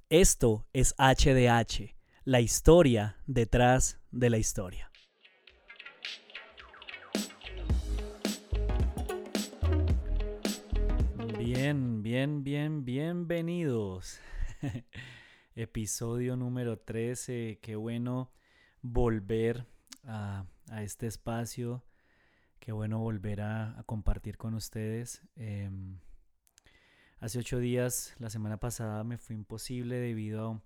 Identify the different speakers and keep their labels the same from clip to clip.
Speaker 1: Esto es HDH, la historia detrás de la historia. Bienvenidos. Episodio número 13. Qué bueno volver a este espacio. Qué bueno volver a compartir con ustedes. Hace 8 días, la semana pasada, me fue imposible debido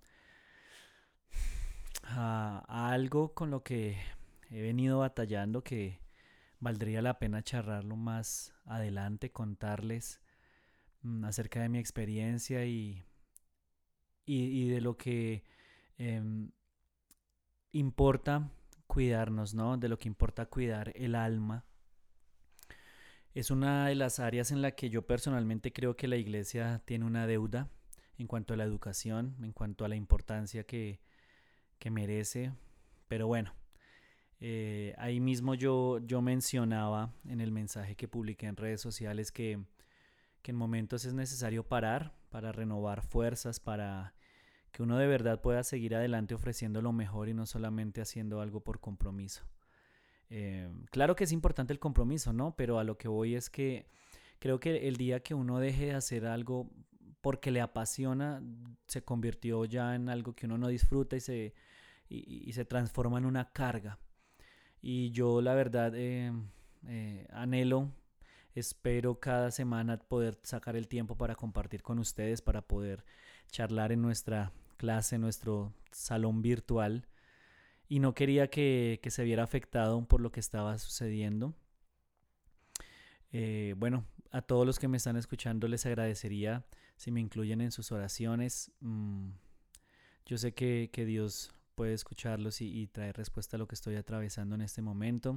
Speaker 1: a algo con lo que he venido batallando, que valdría la pena charlarlo más adelante, contarles acerca de mi experiencia y de lo que em, importa cuidarnos, ¿no? De lo que importa cuidar el alma. Es una de las áreas en la que yo personalmente creo que la iglesia tiene una deuda en cuanto a la educación, en cuanto a la importancia que merece. Pero bueno, ahí mismo yo mencionaba en el mensaje que publiqué en redes sociales que en momentos es necesario parar para renovar fuerzas, para que uno de verdad pueda seguir adelante ofreciendo lo mejor y no solamente haciendo algo por compromiso. Claro que es importante el compromiso, ¿no? Pero a lo que voy es que creo que el día que uno deje de hacer algo porque le apasiona, se convirtió ya en algo que uno no disfruta y se transforma en una carga. Y yo la verdad anhelo, espero cada semana poder sacar el tiempo para compartir con ustedes, para poder charlar en nuestra clase, en nuestro salón virtual. Y no quería que se viera afectado por lo que estaba sucediendo. Bueno, a todos los que me están escuchando les agradecería si me incluyen en sus oraciones. Yo sé que Dios puede escucharlos y traer respuesta a lo que estoy atravesando en este momento.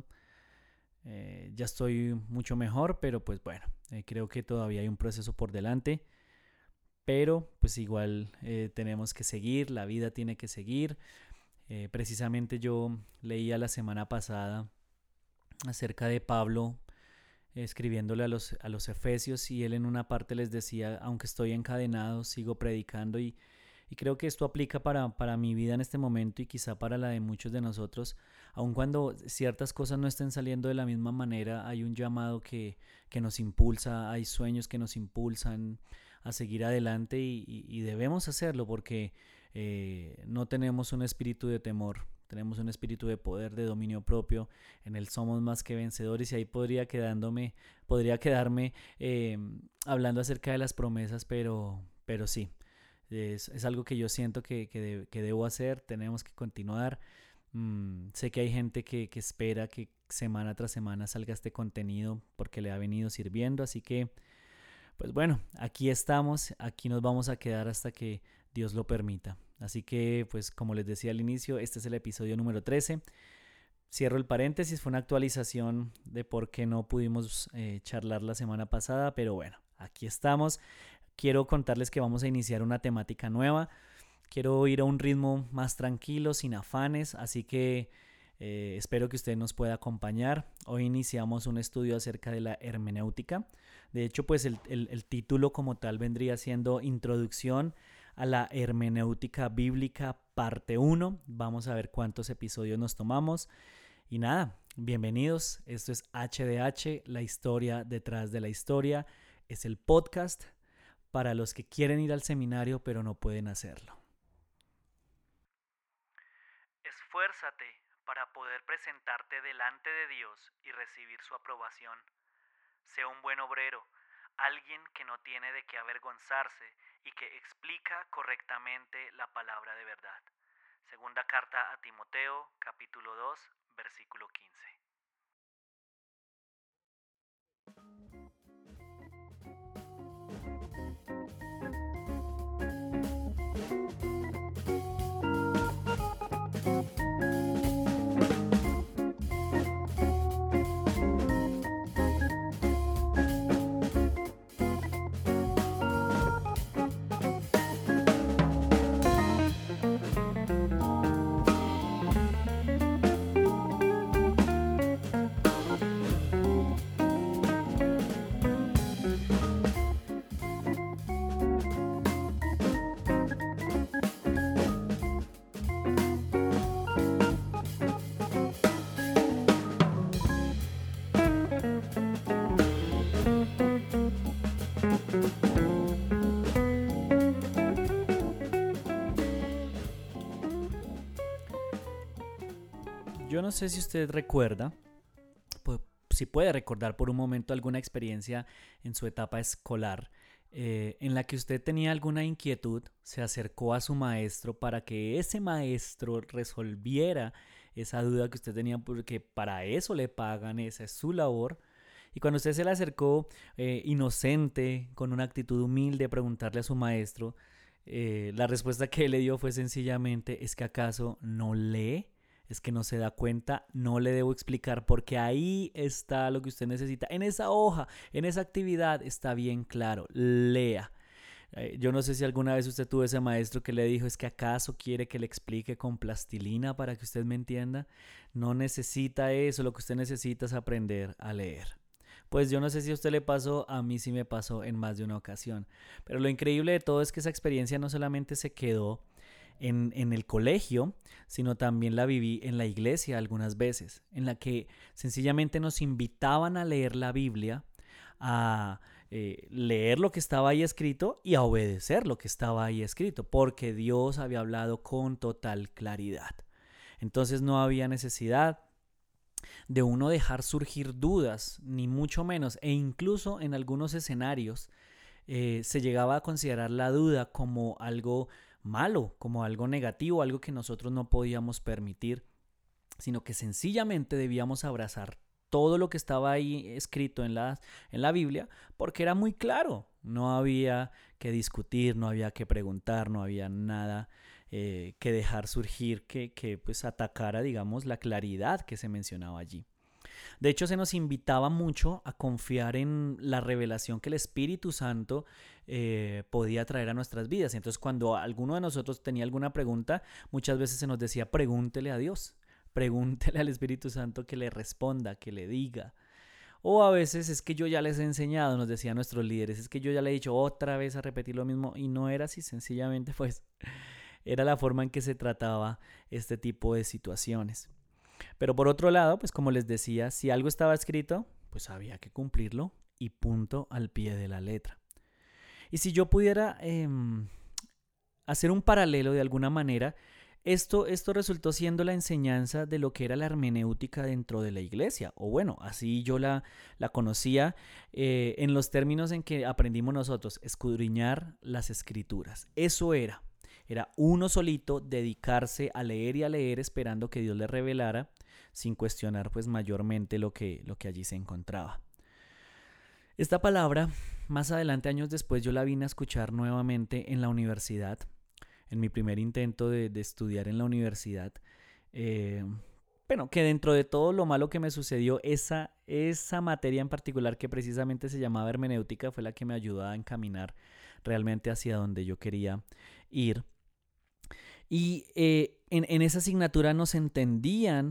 Speaker 1: Ya estoy mucho mejor, pero pues bueno, creo que todavía hay un proceso por delante. Pero pues igual tenemos que seguir, la vida tiene que seguir. Precisamente yo leía la semana pasada acerca de Pablo escribiéndole a los efesios, y él en una parte les decía: aunque estoy encadenado, sigo predicando. Y creo que esto aplica para mi vida en este momento y quizá para la de muchos de nosotros. Aun cuando ciertas cosas no estén saliendo de la misma manera, hay un llamado que nos impulsa, hay sueños que nos impulsan a seguir adelante y debemos hacerlo porque no tenemos un espíritu de temor, tenemos un espíritu de poder, de dominio propio. En él somos más que vencedores, y ahí podría quedarme hablando acerca de las promesas, pero sí. Es algo que yo siento que debo hacer, tenemos que continuar. Sé que hay gente que espera que semana tras semana salga este contenido porque le ha venido sirviendo, así que, pues bueno, aquí estamos, aquí nos vamos a quedar hasta que Dios lo permita. Así que, pues como les decía al inicio, este es el episodio número 13. Cierro el paréntesis, fue una actualización de por qué no pudimos charlar la semana pasada, pero bueno, aquí estamos. Quiero contarles que vamos a iniciar una temática nueva. Quiero ir a un ritmo más tranquilo, sin afanes, así que espero que usted nos pueda acompañar. Hoy iniciamos un estudio acerca de la hermenéutica. De hecho, pues el título como tal vendría siendo Introducción a la hermenéutica bíblica, parte 1. Vamos a ver cuántos episodios nos tomamos. Y nada, bienvenidos. Esto es HDH, la historia detrás de la historia. Es el podcast para los que quieren ir al seminario pero no pueden hacerlo. Esfuérzate para poder presentarte delante de Dios y recibir su aprobación. Sé un buen obrero, alguien que no tiene de qué avergonzarse y que explica correctamente la palabra de verdad. Segunda carta a Timoteo, capítulo 2, versículo 15. Yo no sé si usted recuerda, si puede recordar por un momento alguna experiencia en su etapa escolar en la que usted tenía alguna inquietud, se acercó a su maestro para que ese maestro resolviera esa duda que usted tenía, porque para eso le pagan, esa es su labor. Y cuando usted se le acercó inocente, con una actitud humilde, a preguntarle a su maestro, la respuesta que él le dio fue sencillamente: ¿es que acaso no lee? ¿Es que no se da cuenta? No le debo explicar, porque ahí está lo que usted necesita. En esa hoja, en esa actividad está bien claro. Lea. Yo no sé si alguna vez usted tuvo ese maestro que le dijo: ¿es que acaso quiere que le explique con plastilina para que usted me entienda? No necesita eso, lo que usted necesita es aprender a leer. Pues yo no sé si a usted le pasó, a mí sí me pasó en más de una ocasión. Pero lo increíble de todo es que esa experiencia no solamente se quedó en el colegio, sino también la viví en la iglesia algunas veces, en la que sencillamente nos invitaban a leer la Biblia, a leer lo que estaba ahí escrito y a obedecer lo que estaba ahí escrito, porque Dios había hablado con total claridad. Entonces no había necesidad de uno dejar surgir dudas, ni mucho menos, e incluso en algunos escenarios se llegaba a considerar la duda como algo malo, como algo negativo, algo que nosotros no podíamos permitir, sino que sencillamente debíamos abrazar todo lo que estaba ahí escrito en la Biblia, porque era muy claro. No había que discutir, no había que preguntar, no había nada que dejar surgir que pues atacara, digamos, la claridad que se mencionaba allí. De hecho, se nos invitaba mucho a confiar en la revelación que el Espíritu Santo podía traer a nuestras vidas. Entonces, cuando alguno de nosotros tenía alguna pregunta, muchas veces se nos decía: pregúntele a Dios, pregúntele al Espíritu Santo que le responda, que le diga. O a veces: es que yo ya les he enseñado, nos decían nuestros líderes, es que yo ya le he dicho otra vez a repetir lo mismo, y no era así, sencillamente pues era la forma en que se trataba este tipo de situaciones. Pero por otro lado, pues como les decía, si algo estaba escrito, pues había que cumplirlo, y punto, al pie de la letra. Y si yo pudiera hacer un paralelo de alguna manera, esto resultó siendo la enseñanza de lo que era la hermenéutica dentro de la iglesia, o bueno, así yo la conocía en los términos en que aprendimos nosotros: escudriñar las escrituras. Eso era uno solito dedicarse a leer esperando que Dios le revelara, sin cuestionar pues mayormente lo que allí se encontraba. Esta palabra, más adelante, años después, yo la vine a escuchar nuevamente en la universidad, en mi primer intento de estudiar en la universidad. Bueno, que dentro de todo lo malo que me sucedió, esa materia en particular, que precisamente se llamaba hermenéutica, fue la que me ayudó a encaminar realmente hacia donde yo quería ir. Y en esa asignatura nos enseñaban,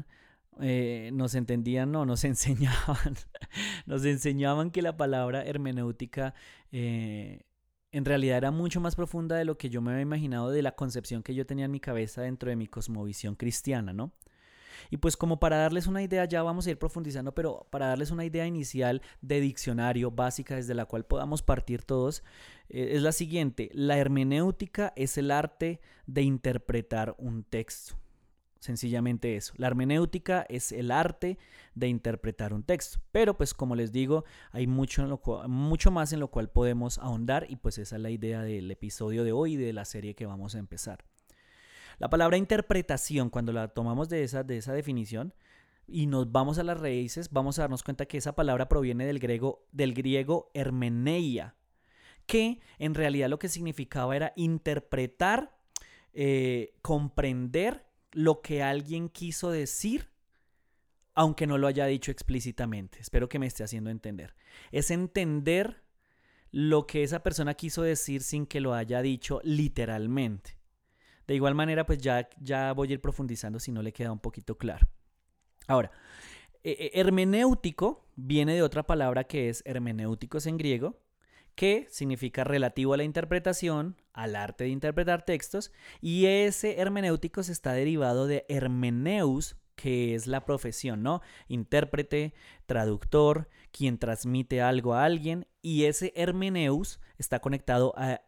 Speaker 1: nos enseñaban que la palabra hermenéutica en realidad era mucho más profunda de lo que yo me había imaginado, de la concepción que yo tenía en mi cabeza dentro de mi cosmovisión cristiana, ¿no? Y pues como para darles una idea, ya vamos a ir profundizando, pero para darles una idea inicial de diccionario básica desde la cual podamos partir todos, es la siguiente: la hermenéutica es el arte de interpretar un texto. Sencillamente eso. La hermenéutica es el arte de interpretar un texto. Pero pues como les digo, hay mucho más en lo cual podemos ahondar, y pues esa es la idea del episodio de hoy y de la serie que vamos a empezar. La palabra interpretación, cuando la tomamos de esa definición y nos vamos a las raíces, vamos a darnos cuenta que esa palabra proviene del griego hermeneia, que en realidad lo que significaba era interpretar, comprender lo que alguien quiso decir, aunque no lo haya dicho explícitamente. Espero que me esté haciendo entender. Es entender lo que esa persona quiso decir sin que lo haya dicho literalmente. De igual manera, pues ya voy a ir profundizando si no le queda un poquito claro. Ahora, hermenéutico viene de otra palabra que es hermenéuticos en griego, que significa relativo a la interpretación, al arte de interpretar textos, y ese hermenéuticos está derivado de hermeneus, que es la profesión, ¿no? Intérprete, traductor, quien transmite algo a alguien, y ese hermeneus está conectado a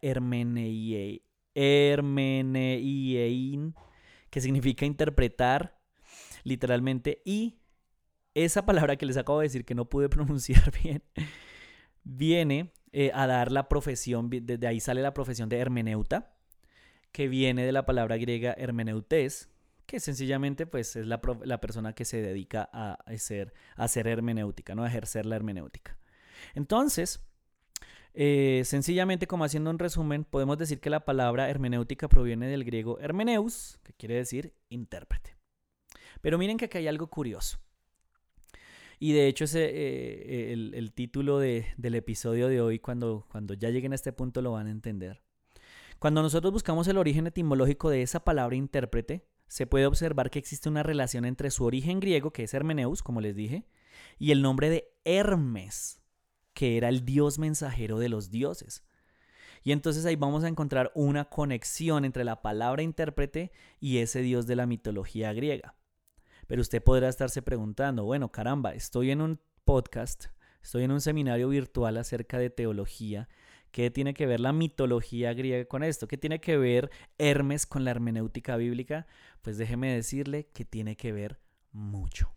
Speaker 1: hermeneiein, que significa interpretar, literalmente, y esa palabra que les acabo de decir que no pude pronunciar bien, viene a dar la profesión, desde ahí sale la profesión de hermeneuta, que viene de la palabra griega hermeneutes, que sencillamente pues es la persona que se dedica a hacer hermenéutica, ¿no? A ejercer la hermenéutica. Entonces, sencillamente, como haciendo un resumen, podemos decir que la palabra hermenéutica proviene del griego hermeneus, que quiere decir intérprete. Pero miren que aquí hay algo curioso. Y de hecho el título del episodio de hoy, cuando ya lleguen a este punto lo van a entender. Cuando nosotros buscamos el origen etimológico de esa palabra intérprete, se puede observar que existe una relación entre su origen griego, que es hermeneus, como les dije, y el nombre de Hermes, que era el dios mensajero de los dioses. Y entonces ahí vamos a encontrar una conexión entre la palabra intérprete y ese dios de la mitología griega. Pero usted podrá estarse preguntando, bueno, caramba, estoy en un podcast, estoy en un seminario virtual acerca de teología. ¿Qué tiene que ver la mitología griega con esto? ¿Qué tiene que ver Hermes con la hermenéutica bíblica? Pues déjeme decirle que tiene que ver mucho.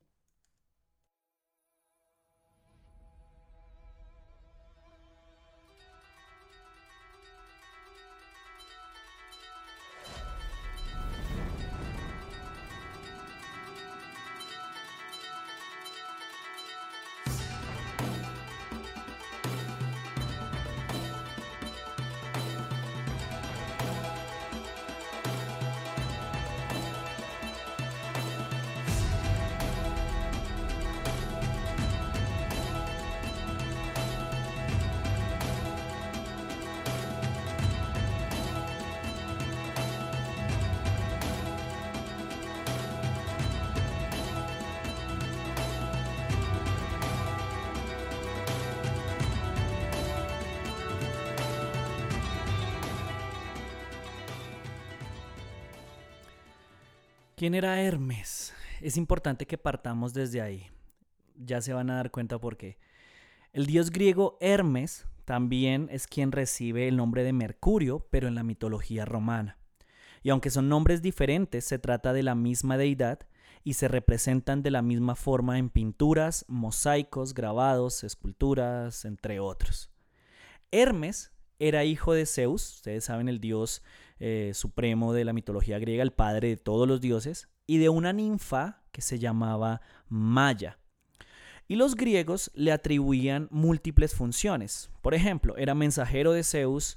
Speaker 1: ¿Quién era Hermes? Es importante que partamos desde ahí. Ya se van a dar cuenta por qué. El dios griego Hermes también es quien recibe el nombre de Mercurio, pero en la mitología romana. Y aunque son nombres diferentes, se trata de la misma deidad y se representan de la misma forma en pinturas, mosaicos, grabados, esculturas, entre otros. Hermes era hijo de Zeus, ustedes saben, el dios supremo de la mitología griega, el padre de todos los dioses, y de una ninfa que se llamaba Maya. Y los griegos le atribuían múltiples funciones. Por ejemplo, era mensajero de Zeus,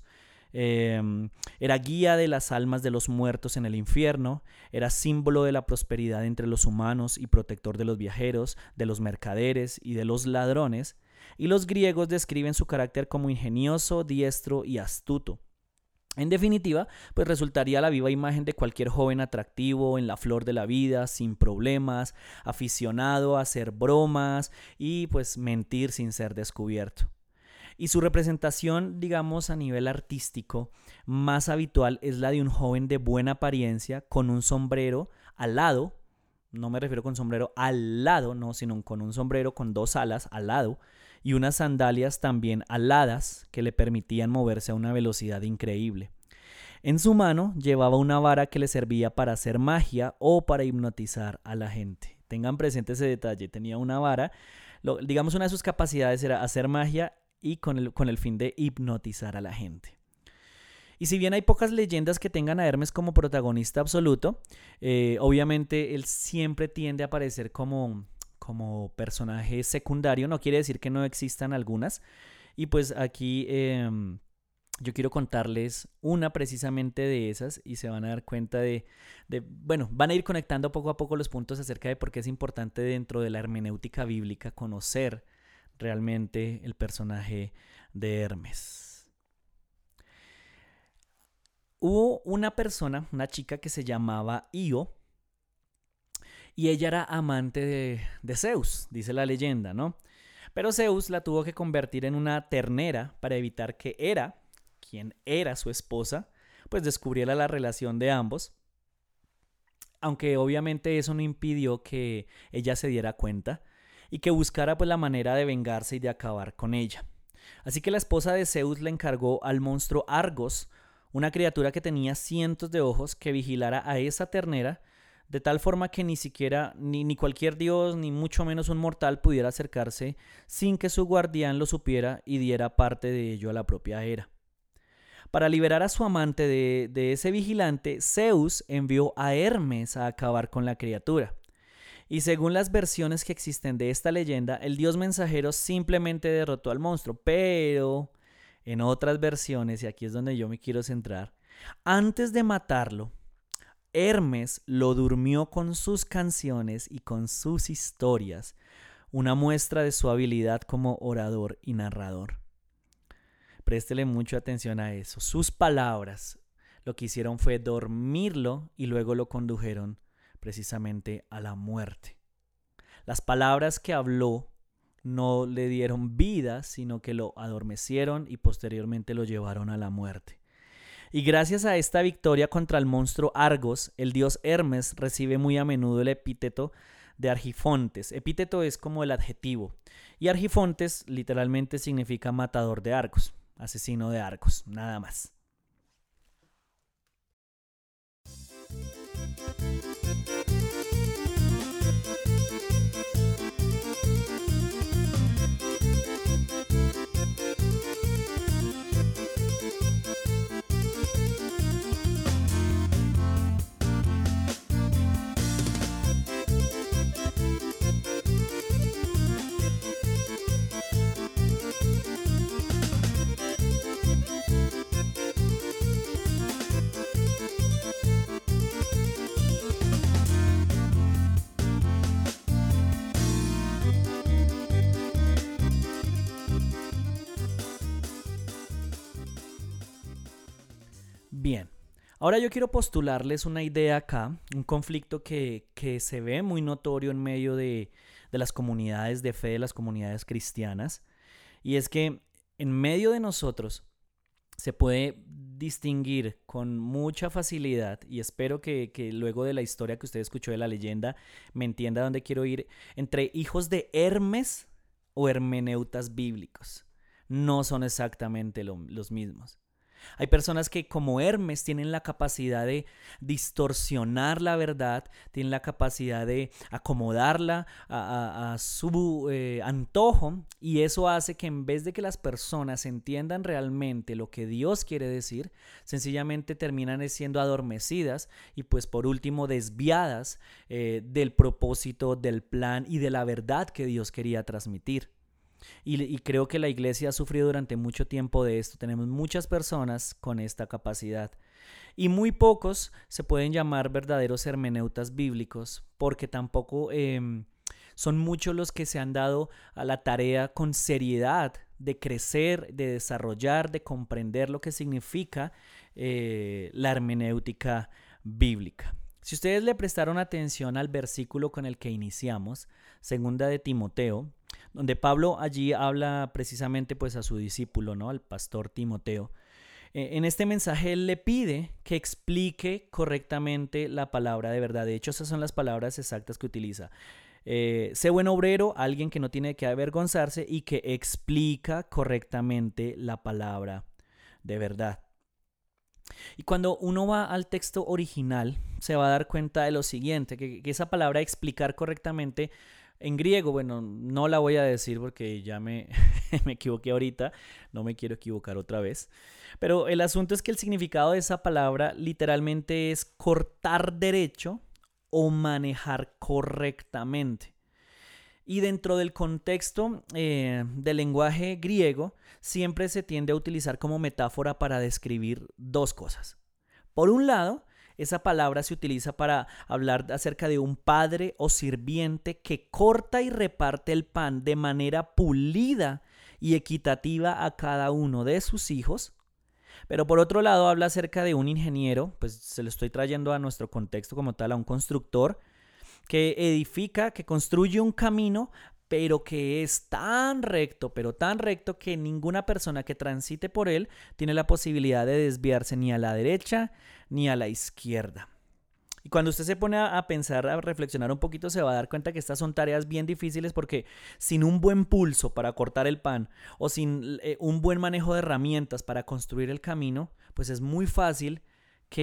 Speaker 1: era guía de las almas de los muertos en el infierno, era símbolo de la prosperidad entre los humanos y protector de los viajeros, de los mercaderes y de los ladrones. Y los griegos describen su carácter como ingenioso, diestro y astuto. En definitiva, pues resultaría la viva imagen de cualquier joven atractivo, en la flor de la vida, sin problemas, aficionado a hacer bromas y pues mentir sin ser descubierto. Y su representación, digamos, a nivel artístico, más habitual es la de un joven de buena apariencia con un sombrero al lado, no me refiero con sombrero al lado, no, sino con un sombrero con dos alas al lado, y unas sandalias también aladas que le permitían moverse a una velocidad increíble. En su mano llevaba una vara que le servía para hacer magia o para hipnotizar a la gente. Tengan presente ese detalle, tenía una vara, digamos una de sus capacidades era hacer magia y con el fin de hipnotizar a la gente. Y si bien hay pocas leyendas que tengan a Hermes como protagonista absoluto, obviamente él siempre tiende a aparecer como personaje secundario. No quiere decir que no existan algunas. Y pues aquí yo quiero contarles una precisamente de esas y se van a dar cuenta bueno, van a ir conectando poco a poco los puntos acerca de por qué es importante dentro de la hermenéutica bíblica conocer realmente el personaje de Hermes. Hubo una persona, una chica que se llamaba Io, y ella era amante de Zeus, dice la leyenda, ¿no? Pero Zeus la tuvo que convertir en una ternera para evitar que quien era su esposa, pues descubriera la relación de ambos. Aunque obviamente eso no impidió que ella se diera cuenta y que buscara pues la manera de vengarse y de acabar con ella. Así que la esposa de Zeus le encargó al monstruo Argos, una criatura que tenía cientos de ojos, que vigilara a esa ternera de tal forma que ni siquiera ni cualquier dios, ni mucho menos un mortal pudiera acercarse sin que su guardián lo supiera y diera parte de ello a la propia Hera. Para liberar a su amante de ese vigilante, Zeus envió a Hermes a acabar con la criatura. Y según las versiones que existen de esta leyenda, el dios mensajero simplemente derrotó al monstruo, pero en otras versiones, y aquí es donde yo me quiero centrar, antes de matarlo, Hermes lo durmió con sus canciones y con sus historias, una muestra de su habilidad como orador y narrador. Préstele mucha atención a eso. Sus palabras lo que hicieron fue dormirlo y luego lo condujeron precisamente a la muerte. Las palabras que habló no le dieron vida, sino que lo adormecieron y posteriormente lo llevaron a la muerte. Y gracias a esta victoria contra el monstruo Argos, el dios Hermes recibe muy a menudo el epíteto de Argifontes. Epíteto es como el adjetivo. Y Argifontes literalmente significa matador de Argos, asesino de Argos, nada más. Bien, ahora yo quiero postularles una idea acá, un conflicto que se ve muy notorio en medio de las comunidades de fe, de las comunidades cristianas, y es que en medio de nosotros se puede distinguir con mucha facilidad, y espero que luego de la historia que usted escuchó de la leyenda me entienda a dónde quiero ir, entre hijos de Hermes o hermeneutas bíblicos. No son exactamente los mismos. Hay personas que como Hermes tienen la capacidad de distorsionar la verdad, tienen la capacidad de acomodarla a su antojo, y eso hace que en vez de que las personas entiendan realmente lo que Dios quiere decir, sencillamente terminan siendo adormecidas y pues por último desviadas del propósito, del plan y de la verdad que Dios quería transmitir. Y creo que la iglesia ha sufrido durante mucho tiempo de esto. Tenemos muchas personas con esta capacidad. Y muy pocos se pueden llamar verdaderos hermeneutas bíblicos, porque tampoco son muchos los que se han dado a la tarea con seriedad de crecer, de desarrollar, de comprender lo que significa la hermenéutica bíblica. Si ustedes le prestaron atención al versículo con el que iniciamos, segunda de Timoteo, donde Pablo allí habla precisamente pues a su discípulo, ¿no? Al pastor Timoteo. En este mensaje él le pide que explique correctamente la palabra de verdad. De hecho, esas son las palabras exactas que utiliza. Sé buen obrero, alguien que no tiene que avergonzarse y que explica correctamente la palabra de verdad. Y cuando uno va al texto original, se va a dar cuenta de lo siguiente, que esa palabra explicar correctamente en griego, bueno, no la voy a decir porque ya me equivoqué ahorita, no me quiero equivocar otra vez. Pero el asunto es que el significado de esa palabra literalmente es cortar derecho o manejar correctamente. Y dentro del contexto del lenguaje griego, siempre se tiende a utilizar como metáfora para describir dos cosas. Por un lado, esa palabra se utiliza para hablar acerca de un padre o sirviente que corta y reparte el pan de manera pulida y equitativa a cada uno de sus hijos. Pero por otro lado, habla acerca de un ingeniero, pues se lo estoy trayendo a nuestro contexto como tal, a un constructor, que edifica, que construye un camino, pero que es tan recto, pero tan recto que ninguna persona que transite por él tiene la posibilidad de desviarse ni a la derecha ni a la izquierda. Y cuando usted se pone a pensar, a reflexionar un poquito, se va a dar cuenta que estas son tareas bien difíciles porque sin un buen pulso para cortar el pan o sin un buen manejo de herramientas para construir el camino, pues es muy fácil que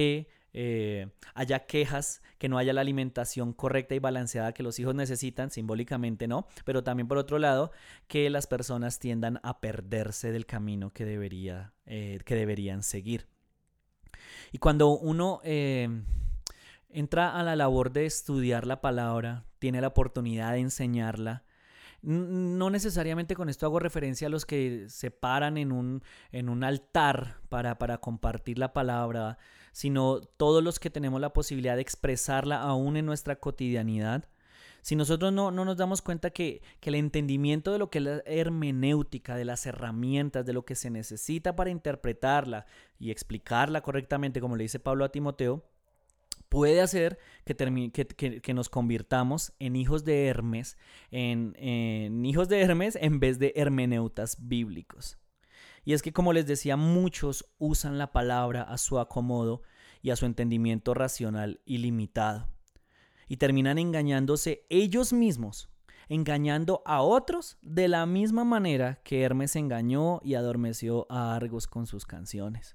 Speaker 1: haya quejas, que no haya la alimentación correcta y balanceada que los hijos necesitan, simbólicamente no, pero también por otro lado, que las personas tiendan a perderse del camino que deberían seguir. Y cuando uno entra a la labor de estudiar la palabra, tiene la oportunidad de enseñarla. No necesariamente con esto hago referencia a los que se paran en un altar para compartir la palabra, sino todos los que tenemos la posibilidad de expresarla aún en nuestra cotidianidad. Si nosotros no nos damos cuenta que el entendimiento de lo que es la hermenéutica, de las herramientas, de lo que se necesita para interpretarla y explicarla correctamente, como le dice Pablo a Timoteo, puede hacer que nos convirtamos en hijos de Hermes, en hijos de Hermes en vez de hermeneutas bíblicos. Y es que, como les decía, muchos usan la palabra a su acomodo y a su entendimiento racional ilimitado. Y terminan engañándose ellos mismos, engañando a otros de la misma manera que Hermes engañó y adormeció a Argos con sus canciones.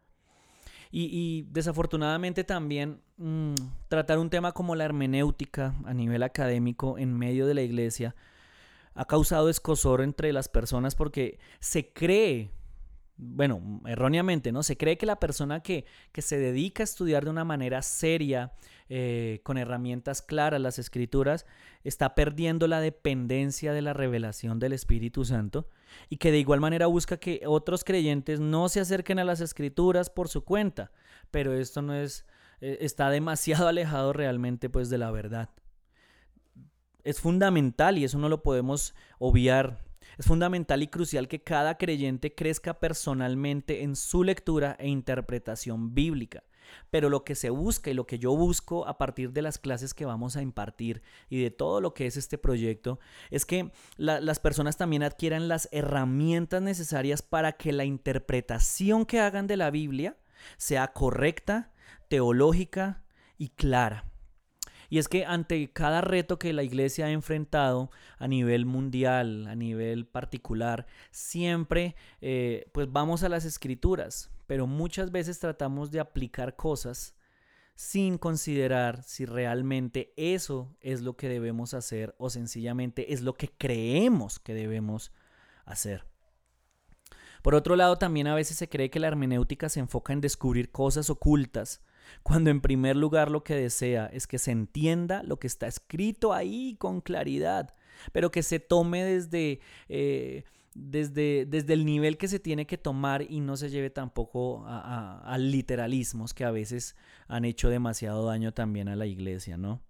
Speaker 1: Y desafortunadamente también tratar un tema como la hermenéutica a nivel académico en medio de la iglesia ha causado escozor entre las personas porque se cree, bueno, erróneamente, ¿no? Se cree que la persona que se dedica a estudiar de una manera seria, con herramientas claras las escrituras, está perdiendo la dependencia de la revelación del Espíritu Santo y que de igual manera busca que otros creyentes no se acerquen a las escrituras por su cuenta, pero esto no es, está demasiado alejado realmente pues de la verdad. Es fundamental, y eso no lo podemos obviar, es fundamental y crucial que cada creyente crezca personalmente en su lectura e interpretación bíblica. Pero lo que se busca y lo que yo busco a partir de las clases que vamos a impartir y de todo lo que es este proyecto es que las personas también adquieran las herramientas necesarias para que la interpretación que hagan de la Biblia sea correcta, teológica y clara. Y es que ante cada reto que la iglesia ha enfrentado a nivel mundial, a nivel particular, siempre pues vamos a las escrituras, pero muchas veces tratamos de aplicar cosas sin considerar si realmente eso es lo que debemos hacer o sencillamente es lo que creemos que debemos hacer. Por otro lado, también a veces se cree que la hermenéutica se enfoca en descubrir cosas ocultas, cuando en primer lugar lo que desea es que se entienda lo que está escrito ahí con claridad, pero que se tome desde el nivel que se tiene que tomar y no se lleve tampoco a literalismos que a veces han hecho demasiado daño también a la iglesia, ¿no?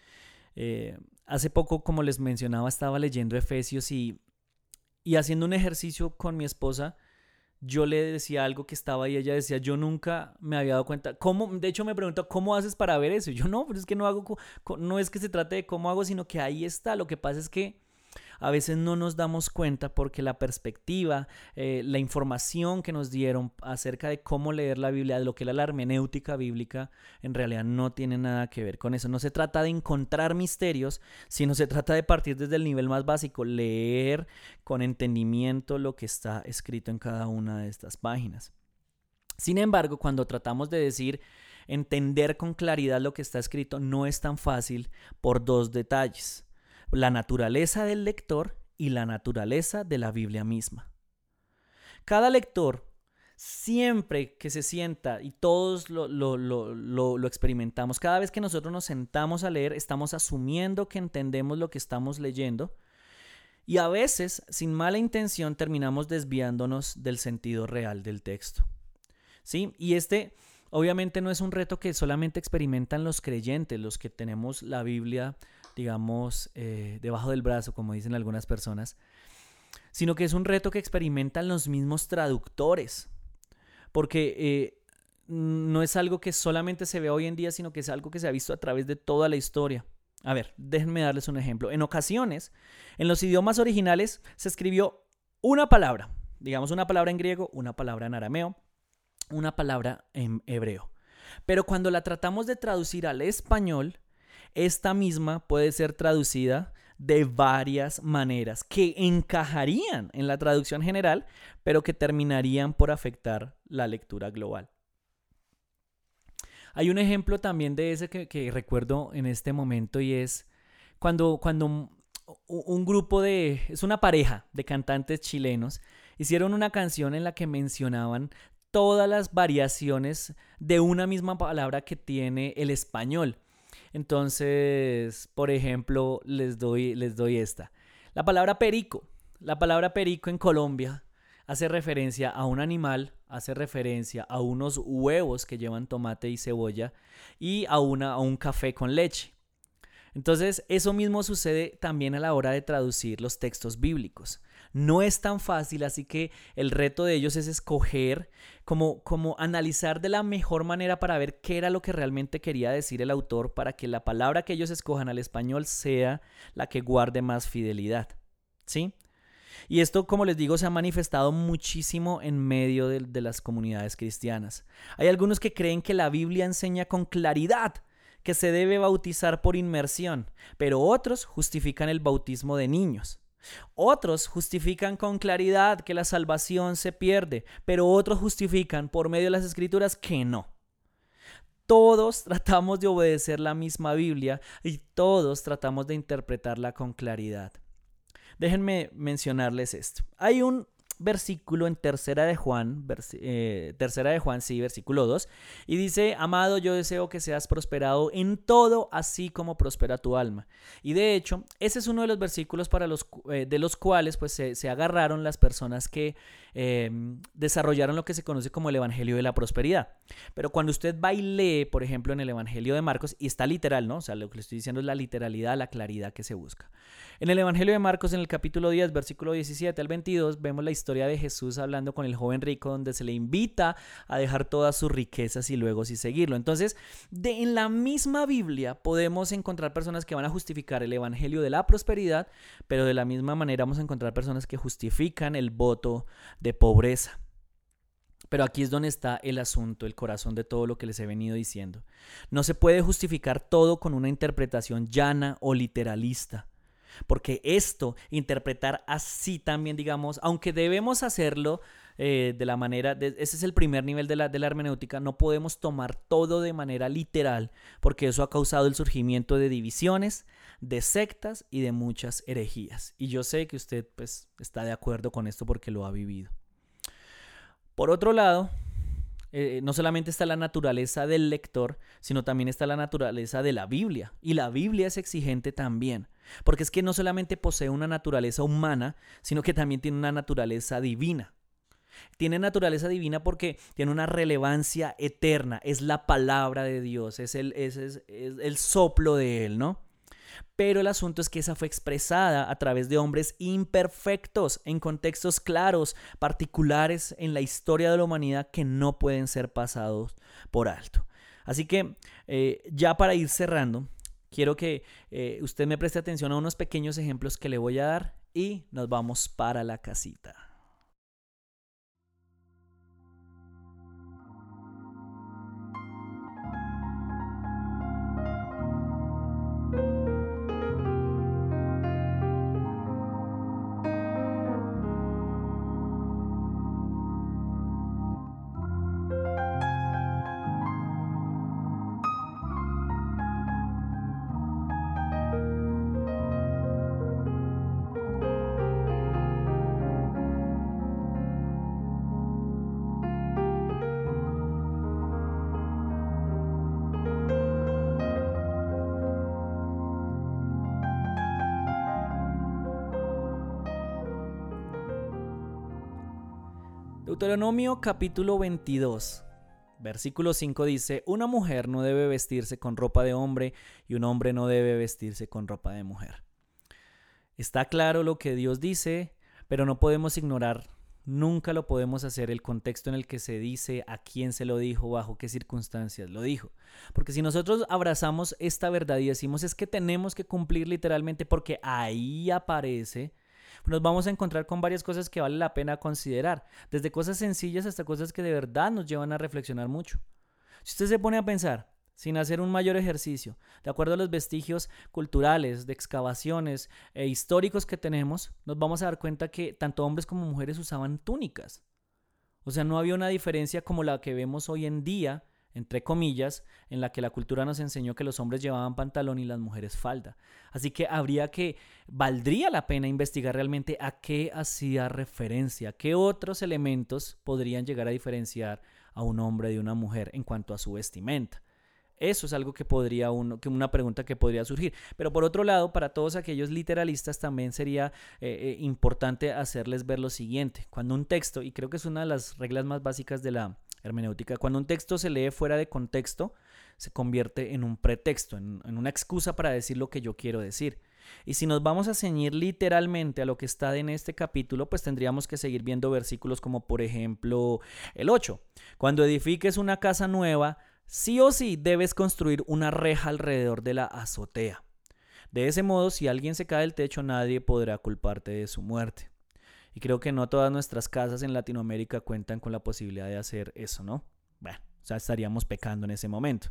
Speaker 1: Hace poco, como les mencionaba, estaba leyendo Efesios y haciendo un ejercicio con mi esposa. Yo le decía algo que estaba ahí, ella decía, yo nunca me había dado cuenta. ¿Cómo? De hecho me preguntó, ¿cómo haces para ver eso? Y yo, no, pero es que no hago, no es que se trate de cómo hago, sino que ahí está. Lo que pasa es que a veces no nos damos cuenta porque la perspectiva, la información que nos dieron acerca de cómo leer la Biblia, de lo que era la hermenéutica bíblica, en realidad no tiene nada que ver con eso. No se trata de encontrar misterios, sino se trata de partir desde el nivel más básico, leer con entendimiento lo que está escrito en cada una de estas páginas. Sin embargo, cuando tratamos de decir entender con claridad lo que está escrito, no es tan fácil por dos detalles: la naturaleza del lector y la naturaleza de la Biblia misma. Cada lector, siempre que se sienta, y todos lo experimentamos, cada vez que nosotros nos sentamos a leer, estamos asumiendo que entendemos lo que estamos leyendo y a veces, sin mala intención, terminamos desviándonos del sentido real del texto. ¿Sí? Y obviamente no es un reto que solamente experimentan los creyentes, los que tenemos la Biblia, digamos, debajo del brazo, como dicen algunas personas, sino que es un reto que experimentan los mismos traductores, porque no es algo que solamente se ve hoy en día, sino que es algo que se ha visto a través de toda la historia. A ver, déjenme darles un ejemplo. En ocasiones, en los idiomas originales se escribió una palabra, digamos una palabra en griego, una palabra en arameo, una palabra en hebreo. Pero cuando la tratamos de traducir al español, esta misma puede ser traducida de varias maneras que encajarían en la traducción general, pero que terminarían por afectar la lectura global. Hay un ejemplo también de ese que recuerdo en este momento y es cuando un grupo es una pareja de cantantes chilenos, hicieron una canción en la que mencionaban todas las variaciones de una misma palabra que tiene el español. Entonces, por ejemplo, les doy esta. La palabra perico. La palabra perico en Colombia hace referencia a un animal, hace referencia a unos huevos que llevan tomate y cebolla y a un café con leche. Entonces, eso mismo sucede también a la hora de traducir los textos bíblicos. No es tan fácil, así que el reto de ellos es escoger, como analizar de la mejor manera para ver qué era lo que realmente quería decir el autor para que la palabra que ellos escojan al español sea la que guarde más fidelidad. ¿Sí? Y esto, como les digo, se ha manifestado muchísimo en medio de las comunidades cristianas. Hay algunos que creen que la Biblia enseña con claridad que se debe bautizar por inmersión, pero otros justifican el bautismo de niños. Otros justifican con claridad que la salvación se pierde, pero otros justifican por medio de las escrituras que no. Todos tratamos de obedecer la misma Biblia y todos tratamos de interpretarla con claridad. Déjenme mencionarles esto. Hay un versículo en tercera de Juan, sí, versículo 2, y dice: amado, yo deseo que seas prosperado en todo, así como prospera tu alma. Y de hecho, ese es uno de los versículos de los cuales pues, se agarraron las personas que desarrollaron lo que se conoce como el Evangelio de la Prosperidad. Pero cuando usted va y lee, por ejemplo, en el Evangelio de Marcos, y está literal, ¿no? O sea, lo que le estoy diciendo es la literalidad, la claridad que se busca. En el Evangelio de Marcos, en el capítulo 10, versículo 17 al 22, vemos la historia de Jesús hablando con el joven rico, donde se le invita a dejar todas sus riquezas y luego sí seguirlo. Entonces, en la misma Biblia podemos encontrar personas que van a justificar el Evangelio de la prosperidad, pero de la misma manera vamos a encontrar personas que justifican el voto de pobreza. Pero aquí es donde está el asunto, el corazón de todo lo que les he venido diciendo. No se puede justificar todo con una interpretación llana o literalista. Porque interpretar así también, digamos, aunque debemos hacerlo de la manera, ese es el primer nivel de la hermenéutica, no podemos tomar todo de manera literal, porque eso ha causado el surgimiento de divisiones, de sectas y de muchas herejías. Y yo sé que usted pues está de acuerdo con esto porque lo ha vivido. Por otro lado, no solamente está la naturaleza del lector, sino también está la naturaleza de la Biblia. Y la Biblia es exigente también, porque es que no solamente posee una naturaleza humana, sino que también tiene una naturaleza divina. Tiene naturaleza divina porque tiene una relevancia eterna, es la palabra de Dios, es el soplo de Él, ¿no? Pero el asunto es que esa fue expresada a través de hombres imperfectos, en contextos claros, particulares en la historia de la humanidad que no pueden ser pasados por alto. Así que ya para ir cerrando, quiero que usted me preste atención a unos pequeños ejemplos que le voy a dar y nos vamos para la casita. Deuteronomio capítulo 22, versículo 5 dice: una mujer no debe vestirse con ropa de hombre y un hombre no debe vestirse con ropa de mujer. Está claro lo que Dios dice, pero no podemos ignorar, nunca lo podemos hacer, el contexto en el que se dice, a quién se lo dijo, bajo qué circunstancias lo dijo. Porque si nosotros abrazamos esta verdad y decimos es que tenemos que cumplir literalmente porque ahí aparece, nos vamos a encontrar con varias cosas que vale la pena considerar, desde cosas sencillas hasta cosas que de verdad nos llevan a reflexionar mucho. Si usted se pone a pensar, sin hacer un mayor ejercicio, de acuerdo a los vestigios culturales, de excavaciones históricos que tenemos, nos vamos a dar cuenta que tanto hombres como mujeres usaban túnicas. O sea, no había una diferencia como la que vemos hoy en día entre comillas, en la que la cultura nos enseñó que los hombres llevaban pantalón y las mujeres falda. Así que valdría la pena investigar realmente a qué hacía referencia, qué otros elementos podrían llegar a diferenciar a un hombre de una mujer en cuanto a su vestimenta. Eso es algo que una pregunta que podría surgir. Pero por otro lado, para todos aquellos literalistas también sería importante hacerles ver lo siguiente. Cuando un texto, y creo que es una de las reglas más básicas de la hermenéutica, cuando un texto se lee fuera de contexto, se convierte en un pretexto, en una excusa para decir lo que yo quiero decir. Y si nos vamos a ceñir literalmente a lo que está en este capítulo, pues tendríamos que seguir viendo versículos como por ejemplo el 8. Cuando edifiques una casa nueva, sí o sí debes construir una reja alrededor de la azotea. De ese modo, si alguien se cae del techo, nadie podrá culparte de su muerte. Y creo que no todas nuestras casas en Latinoamérica cuentan con la posibilidad de hacer eso, ¿no? Bueno, o sea, estaríamos pecando en ese momento.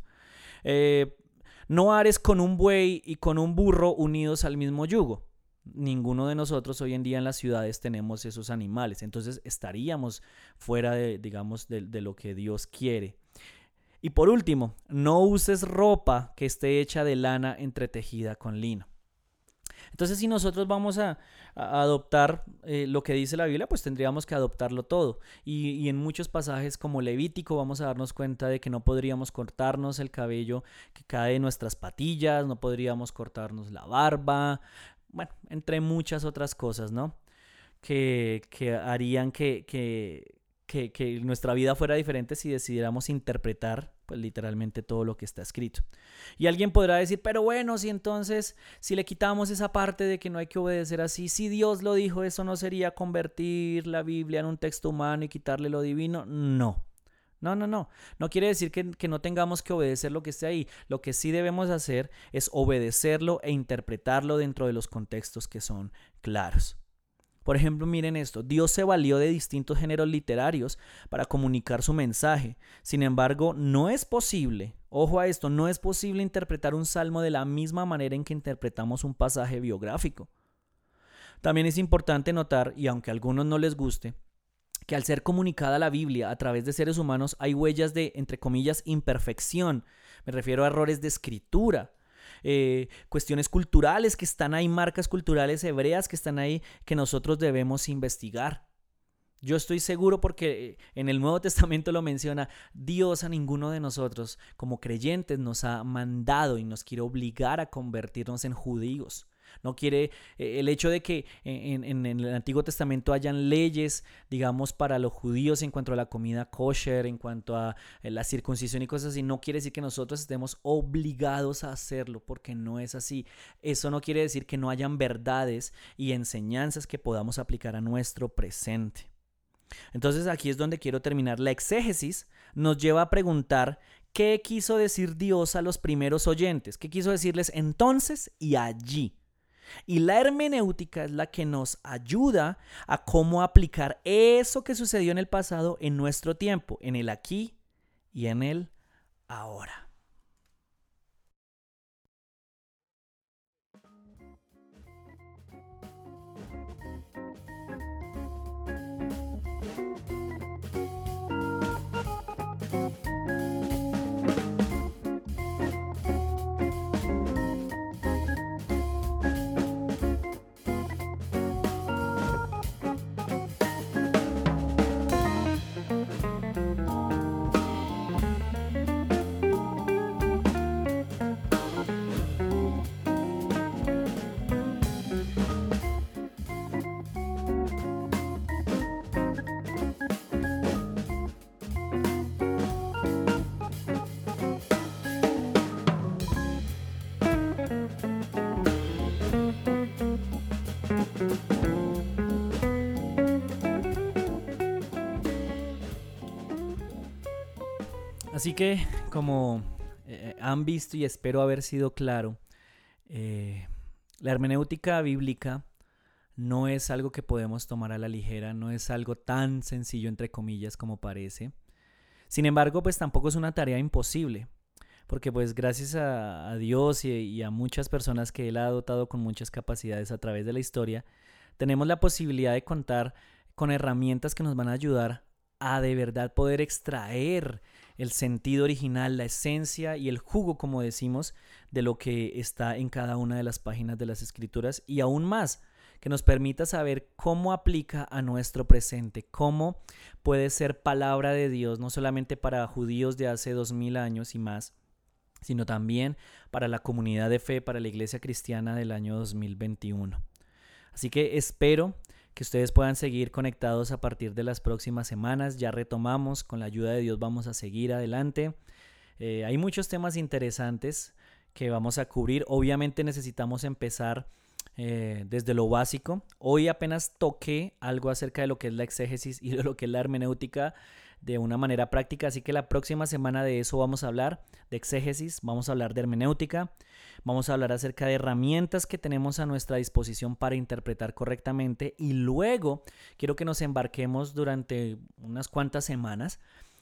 Speaker 1: No ares con un buey y con un burro unidos al mismo yugo. Ninguno de nosotros hoy en día en las ciudades tenemos esos animales. Entonces estaríamos fuera de lo que Dios quiere. Y por último, no uses ropa que esté hecha de lana entretejida con lino. Entonces, si nosotros vamos a adoptar lo que dice la Biblia, pues tendríamos que adoptarlo todo. Y en muchos pasajes como Levítico vamos a darnos cuenta de que no podríamos cortarnos el cabello que cae de nuestras patillas, no podríamos cortarnos la barba, bueno, entre muchas otras cosas, ¿no? Que harían que nuestra vida fuera diferente si decidiéramos interpretar pues literalmente todo lo que está escrito. Y alguien podrá decir, pero bueno, si le quitamos esa parte de que no hay que obedecer así, si Dios lo dijo, ¿eso no sería convertir la Biblia en un texto humano y quitarle lo divino? No. No quiere decir que no tengamos que obedecer lo que esté ahí. Lo que sí debemos hacer es obedecerlo e interpretarlo dentro de los contextos que son claros. Por ejemplo, miren esto, Dios se valió de distintos géneros literarios para comunicar su mensaje. Sin embargo, no es posible, ojo a esto, no es posible interpretar un salmo de la misma manera en que interpretamos un pasaje biográfico. También es importante notar, y aunque a algunos no les guste, que al ser comunicada la Biblia a través de seres humanos hay huellas de, entre comillas, imperfección. Me refiero a errores de escritura. Cuestiones culturales que están ahí, marcas culturales hebreas que están ahí que nosotros debemos investigar. Yo estoy seguro porque en el Nuevo Testamento lo menciona, Dios a ninguno de nosotros como creyentes nos ha mandado y nos quiere obligar a convertirnos en judíos. No quiere el hecho de que en el Antiguo Testamento hayan leyes, digamos, para los judíos en cuanto a la comida kosher, en cuanto a la circuncisión y cosas así, no quiere decir que nosotros estemos obligados a hacerlo, porque no es así. Eso no quiere decir que no hayan verdades y enseñanzas que podamos aplicar a nuestro presente. Entonces aquí es donde quiero terminar. La exégesis nos lleva a preguntar qué quiso decir Dios a los primeros oyentes, qué quiso decirles entonces y allí. Y la hermenéutica es la que nos ayuda a cómo aplicar eso que sucedió en el pasado en nuestro tiempo, en el aquí y en el ahora. Así que, como han visto y espero haber sido claro, la hermenéutica bíblica no es algo que podemos tomar a la ligera, no es algo tan sencillo entre comillas como parece. Sin embargo, pues tampoco es una tarea imposible, porque pues gracias a Dios y a muchas personas que Él ha dotado con muchas capacidades a través de la historia, tenemos la posibilidad de contar con herramientas que nos van a ayudar a de verdad poder extraer el sentido original, la esencia y el jugo, como decimos, de lo que está en cada una de las páginas de las Escrituras, y aún más, que nos permita saber cómo aplica a nuestro presente, cómo puede ser palabra de Dios, no solamente para judíos de hace 2000 años y más, sino también para la comunidad de fe, para la iglesia cristiana del año 2021. Así que espero que ustedes puedan seguir conectados a partir de las próximas semanas. Ya retomamos, con la ayuda de Dios vamos a seguir adelante. Hay muchos temas interesantes que vamos a cubrir. Obviamente necesitamos empezar desde lo básico. Hoy apenas toqué algo acerca de lo que es la exégesis y de lo que es la hermenéutica de una manera práctica, así que la próxima semana de eso vamos a hablar, de exégesis, vamos a hablar de hermenéutica, vamos a hablar acerca de herramientas que tenemos a nuestra disposición para interpretar correctamente, y luego quiero que nos embarquemos durante unas cuantas semanas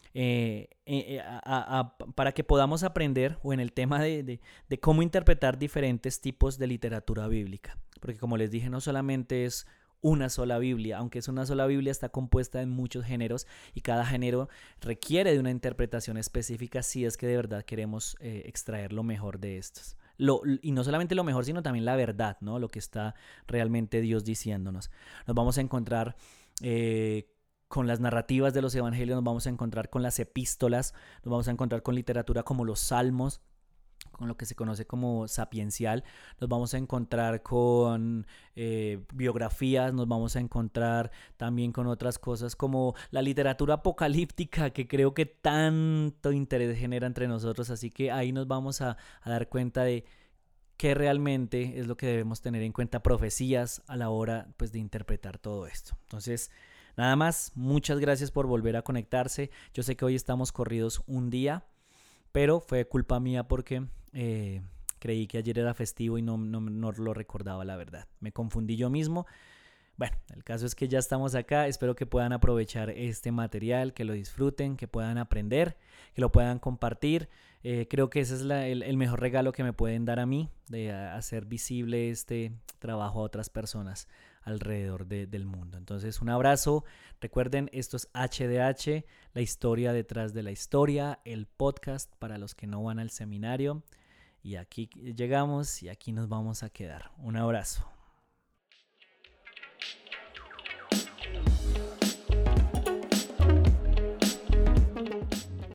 Speaker 1: para que podamos aprender o en el tema de cómo interpretar diferentes tipos de literatura bíblica, porque como les dije, no solamente es una sola Biblia, aunque es una sola Biblia, está compuesta en muchos géneros y cada género requiere de una interpretación específica si es que de verdad queremos extraer lo mejor de estos. Y no solamente lo mejor, sino también la verdad, ¿no? Lo que está realmente Dios diciéndonos. Nos vamos a encontrar con las narrativas de los evangelios, nos vamos a encontrar con las epístolas, nos vamos a encontrar con literatura como los salmos, con lo que se conoce como sapiencial, nos vamos a encontrar con biografías, nos vamos a encontrar también con otras cosas como la literatura apocalíptica, que creo que tanto interés genera entre nosotros, así que ahí nos vamos a dar cuenta de qué realmente es lo que debemos tener en cuenta, profecías a la hora pues de interpretar todo esto. Entonces, nada más, muchas gracias por volver a conectarse. Yo sé que hoy estamos corridos un día, pero fue culpa mía porque creí que ayer era festivo y no lo recordaba, la verdad. Me confundí yo mismo. Bueno, el caso es que ya estamos acá. Espero que puedan aprovechar este material, que lo disfruten, que puedan aprender, que lo puedan compartir. Creo que ese es el mejor regalo que me pueden dar a mí, de hacer visible este trabajo a otras personas alrededor del mundo. Entonces, un abrazo. Recuerden, esto es HDH, la historia detrás de la historia, el podcast para los que no van al seminario. Y aquí llegamos y aquí nos vamos a quedar. Un abrazo.